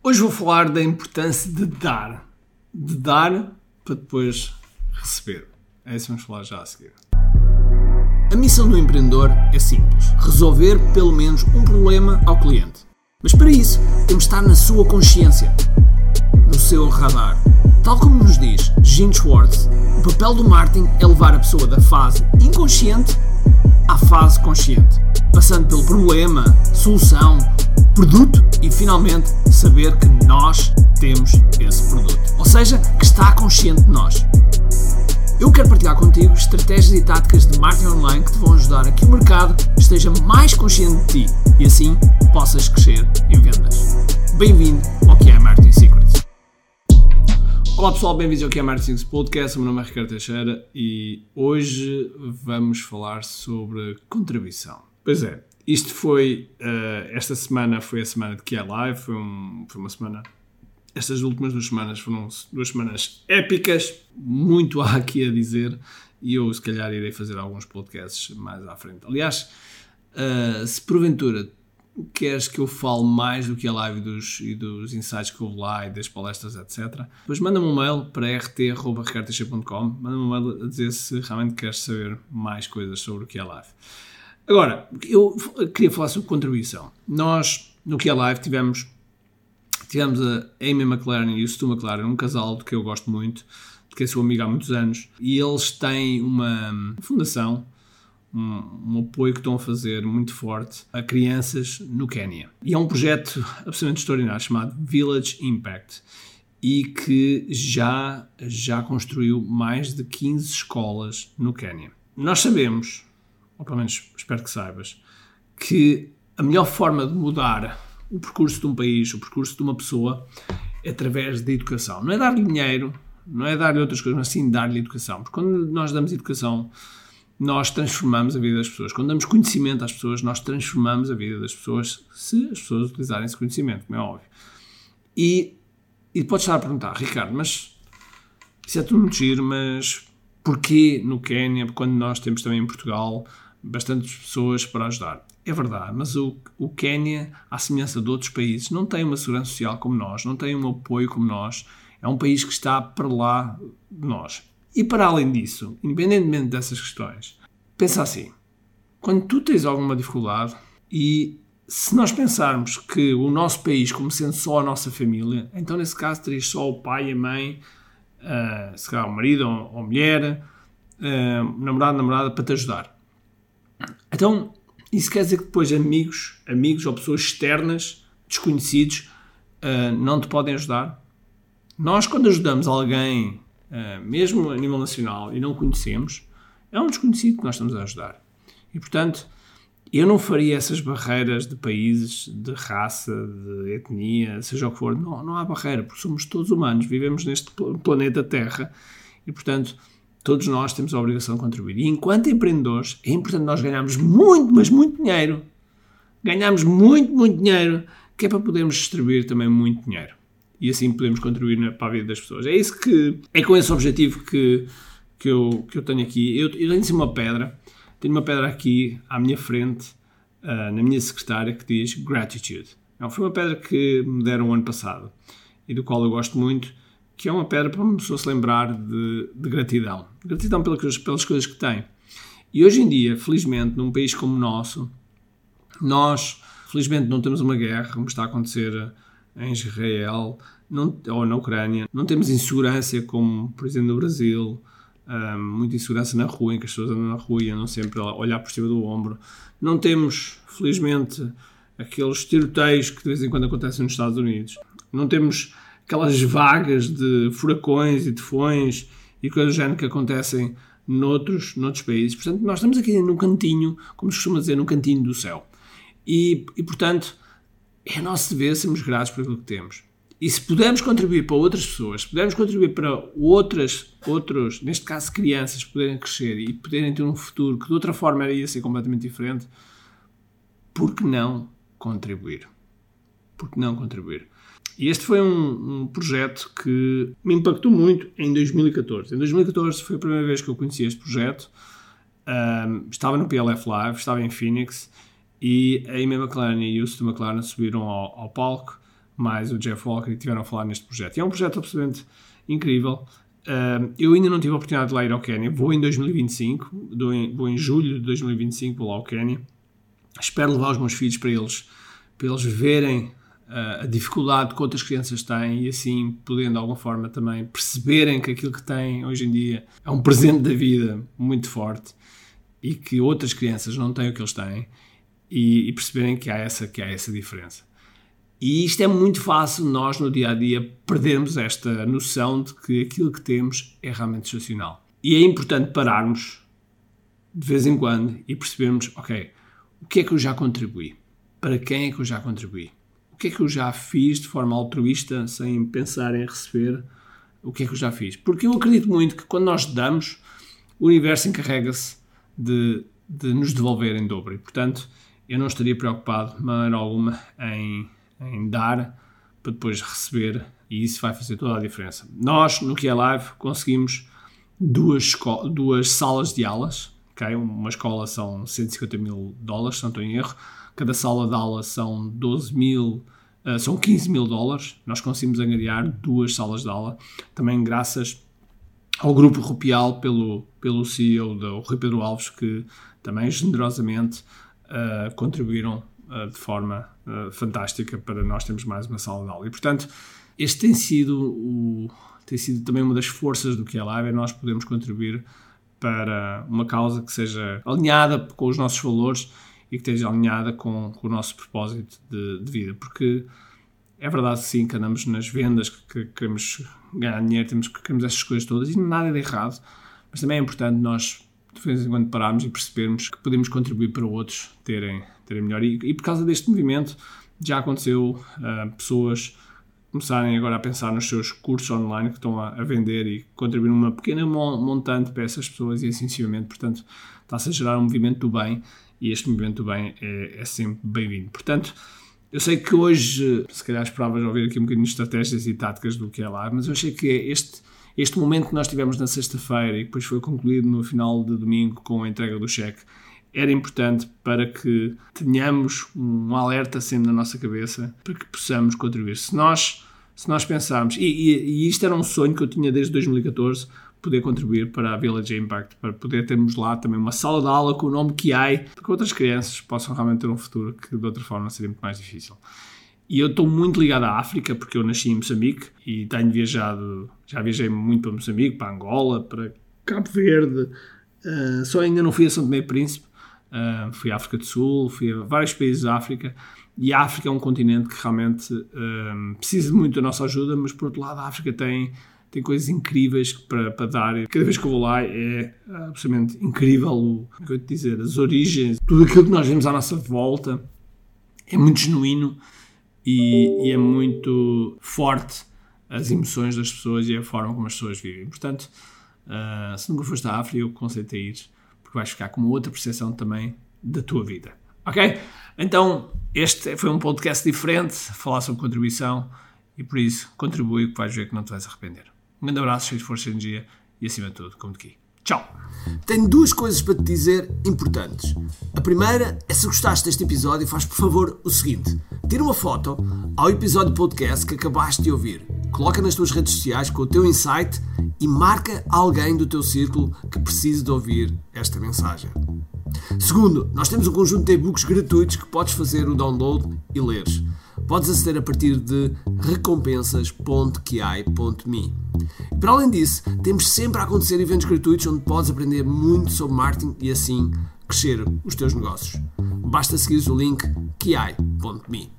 Hoje vou falar da importância de dar. De dar para depois receber. É isso que vamos falar já a seguir. A missão do empreendedor é simples. Resolver pelo menos um problema ao cliente. Mas para isso, temos de estar na sua consciência. No seu radar. Tal como nos diz Gene Schwartz, o papel do marketing é levar a pessoa da fase inconsciente à fase consciente. Passando pelo problema, solução, produto e finalmente saber que nós temos esse produto. Ou seja, que está consciente de nós. Eu quero partilhar contigo estratégias e táticas de marketing online que te vão ajudar a que o mercado esteja mais consciente de ti e assim possas crescer em vendas. Bem-vindo ao que é Marketing Secrets. Olá pessoal, bem-vindos ao que é Marketing Secrets Podcast. O meu nome é Ricardo Teixeira e hoje vamos falar sobre contribuição. Pois é, isto foi, esta semana foi a semana de QI Live, foi uma semana, estas últimas 2 semanas foram 2 semanas épicas, muito há aqui a dizer e eu se calhar irei fazer alguns podcasts mais à frente. Aliás, se porventura queres que eu fale mais do que a live e dos insights que houve lá e das palestras, etc., depois manda-me um mail para rt@ricardoteixeira.com, manda-me um mail a dizer se realmente queres saber mais coisas sobre o que é live. Agora, eu queria falar sobre contribuição. Nós, no que é live, tivemos a Amy McLaren e o Stu McLaren, um casal de que eu gosto muito, de que sou amigo há muitos anos, e eles têm uma fundação, um apoio que estão a fazer muito forte a crianças no Quénia. E é um projeto absolutamente extraordinário chamado Village Impact e que já construiu mais de 15 escolas no Quénia. Nós sabemos, ou pelo menos espero que saibas, que a melhor forma de mudar o percurso de um país, o percurso de uma pessoa, é através da educação. Não é dar-lhe dinheiro, não é dar-lhe outras coisas, mas sim dar-lhe educação. Porque quando nós damos educação, nós transformamos a vida das pessoas. Quando damos conhecimento às pessoas, nós transformamos a vida das pessoas, se as pessoas utilizarem esse conhecimento, como é óbvio. E podes estar a perguntar, Ricardo, mas isso é tudo muito giro, mas porquê no Quénia, quando nós temos também em Portugal bastantes pessoas para ajudar? É verdade, mas o Quénia, à semelhança de outros países, não tem uma segurança social como nós, não tem um apoio como nós. É um país que está para lá de nós. E para além disso, independentemente dessas questões, pensa assim, quando tu tens alguma dificuldade e se nós pensarmos que o nosso país como sendo só a nossa família, então nesse caso terias só o pai e a mãe, se calhar o marido ou a mulher, namorada para te ajudar. Então, isso quer dizer que depois amigos ou pessoas externas, desconhecidos, não te podem ajudar? Nós, quando ajudamos alguém, mesmo a nível nacional, e não conhecemos, é um desconhecido que nós estamos a ajudar. E, portanto, eu não faria essas barreiras de países, de raça, de etnia, seja o que for. Não há barreira, porque somos todos humanos, vivemos neste planeta Terra e, portanto, todos nós temos a obrigação de contribuir. E enquanto empreendedores, é importante nós ganharmos muito, mas muito dinheiro. Ganhamos muito, muito dinheiro, que é para podermos distribuir também muito dinheiro. E assim podemos contribuir para a vida das pessoas. É com esse objetivo que eu tenho aqui. Eu tenho assim uma pedra. Tenho uma pedra aqui à minha frente, na minha secretária, que diz Gratitude. Foi uma pedra que me deram o ano passado e do qual eu gosto muito, que é uma pedra para uma pessoa se lembrar de gratidão. Gratidão pelas coisas que tem. E hoje em dia, felizmente, num país como o nosso, nós, felizmente, não temos uma guerra, como está a acontecer em Israel ou na Ucrânia. Não temos insegurança, como, por exemplo, no Brasil. Muita insegurança na rua, em que as pessoas andam na rua e andam sempre a olhar por cima do ombro. Não temos, felizmente, aqueles tiroteios que de vez em quando acontecem nos Estados Unidos. Não temos aquelas vagas de furacões e tufões e coisas do género que acontecem noutros países. Portanto, nós estamos aqui num cantinho, como se costuma dizer, num cantinho do céu. E portanto, é nosso dever sermos gratos por aquilo que temos. E se pudermos contribuir para outras pessoas, se pudermos contribuir para outros, neste caso crianças, poderem crescer e poderem ter um futuro que de outra forma iria ser completamente diferente, por que não contribuir? Por que não contribuir? E este foi um projeto que me impactou muito em 2014. Em 2014 foi a primeira vez que eu conheci este projeto. Estava no PLF Live, estava em Phoenix, e a Amy McLaren e o Stu McLaren subiram ao palco mais o Jeff Walker e estiveram a falar neste projeto. E é um projeto absolutamente incrível. Eu ainda não tive a oportunidade de lá ir ao Quénia. Vou em 2025, vou em julho de 2025, vou lá ao Quénia. Espero levar os meus filhos para eles verem a dificuldade que outras crianças têm e assim podendo de alguma forma também perceberem que aquilo que têm hoje em dia é um presente da vida muito forte e que outras crianças não têm o que eles têm e perceberem que há essa diferença. E isto é muito fácil nós no dia a dia perdermos esta noção de que aquilo que temos é realmente excepcional. E é importante pararmos de vez em quando e percebermos, ok, o que é que eu já contribuí? Para quem é que eu já contribuí? O que é que eu já fiz de forma altruísta, sem pensar em receber? O que é que eu já fiz? Porque eu acredito muito que quando nós damos, o universo encarrega-se de nos devolver em dobro. E, portanto, eu não estaria preocupado, de maneira alguma, em dar para depois receber, e isso vai fazer toda a diferença. Nós, no QI Live, conseguimos duas salas de aulas. Okay? Uma escola são $150 mil, se não estou em erro. Cada sala de aula são são $15 mil. Nós conseguimos angariar 2 salas de aula, também graças ao Grupo Rupial, pelo CEO, o Rui Pedro Alves, que também generosamente contribuíram de forma fantástica para nós termos mais uma sala de aula. E, portanto, este tem sido também uma das forças do QI Live, é nós podemos contribuir para uma causa que seja alinhada com os nossos valores e que esteja alinhada com o nosso propósito de vida, porque é verdade sim que andamos nas vendas, que queremos ganhar dinheiro, queremos essas coisas todas e nada de errado, mas também é importante nós de vez em quando pararmos e percebermos que podemos contribuir para outros terem melhor. E por causa deste movimento já aconteceu pessoas começarem agora a pensar nos seus cursos online que estão a vender e contribuir uma pequena montante para essas pessoas e assim sucessivamente. Portanto, está-se a gerar um movimento do bem e este movimento do bem é sempre bem-vindo. Portanto, eu sei que hoje, se calhar esperavas ouvir aqui um bocadinho de estratégias e táticas do que é lá, mas eu achei que este momento que nós tivemos na sexta-feira e depois foi concluído no final de domingo com a entrega do cheque era importante para que tenhamos um alerta sempre na nossa cabeça para que possamos contribuir. Se nós pensarmos, e isto era um sonho que eu tinha desde 2014, poder contribuir para a Village Impact, para poder termos lá também uma sala de aula com o nome QI, para que outras crianças possam realmente ter um futuro que de outra forma seria muito mais difícil. E eu estou muito ligado à África, porque eu nasci em Moçambique e tenho viajado, já viajei muito para Moçambique, para Angola, para Cabo Verde, só ainda não fui a São Tomé e Príncipe, fui à África do Sul, fui a vários países da África, e a África é um continente que realmente precisa muito da nossa ajuda, mas por outro lado a África tem coisas incríveis para dar. Cada vez que eu vou lá é absolutamente incrível as origens, tudo aquilo que nós vemos à nossa volta é muito genuíno e é muito forte as emoções das pessoas e a forma como as pessoas vivem. Portanto, se nunca foste à África, eu aconselho a ir, porque vais ficar com uma outra percepção também da tua vida. Ok? Então, este foi um podcast diferente, falar sobre contribuição e por isso contribui que vais ver que não te vais arrepender. Um grande abraço, cheio de força e energia e acima de tudo, como de aqui. Tchau! Tenho 2 coisas para te dizer importantes. A primeira é se gostaste deste episódio, faz por favor o seguinte: tira uma foto ao episódio podcast que acabaste de ouvir, coloca nas tuas redes sociais com o teu insight e marca alguém do teu círculo que precise de ouvir esta mensagem. Segundo, nós temos um conjunto de e-books gratuitos que podes fazer o download e leres. Podes aceder a partir de recompensas.ki.me. Para além disso, temos sempre a acontecer eventos gratuitos onde podes aprender muito sobre marketing e assim crescer os teus negócios. Basta seguir o link ki.me.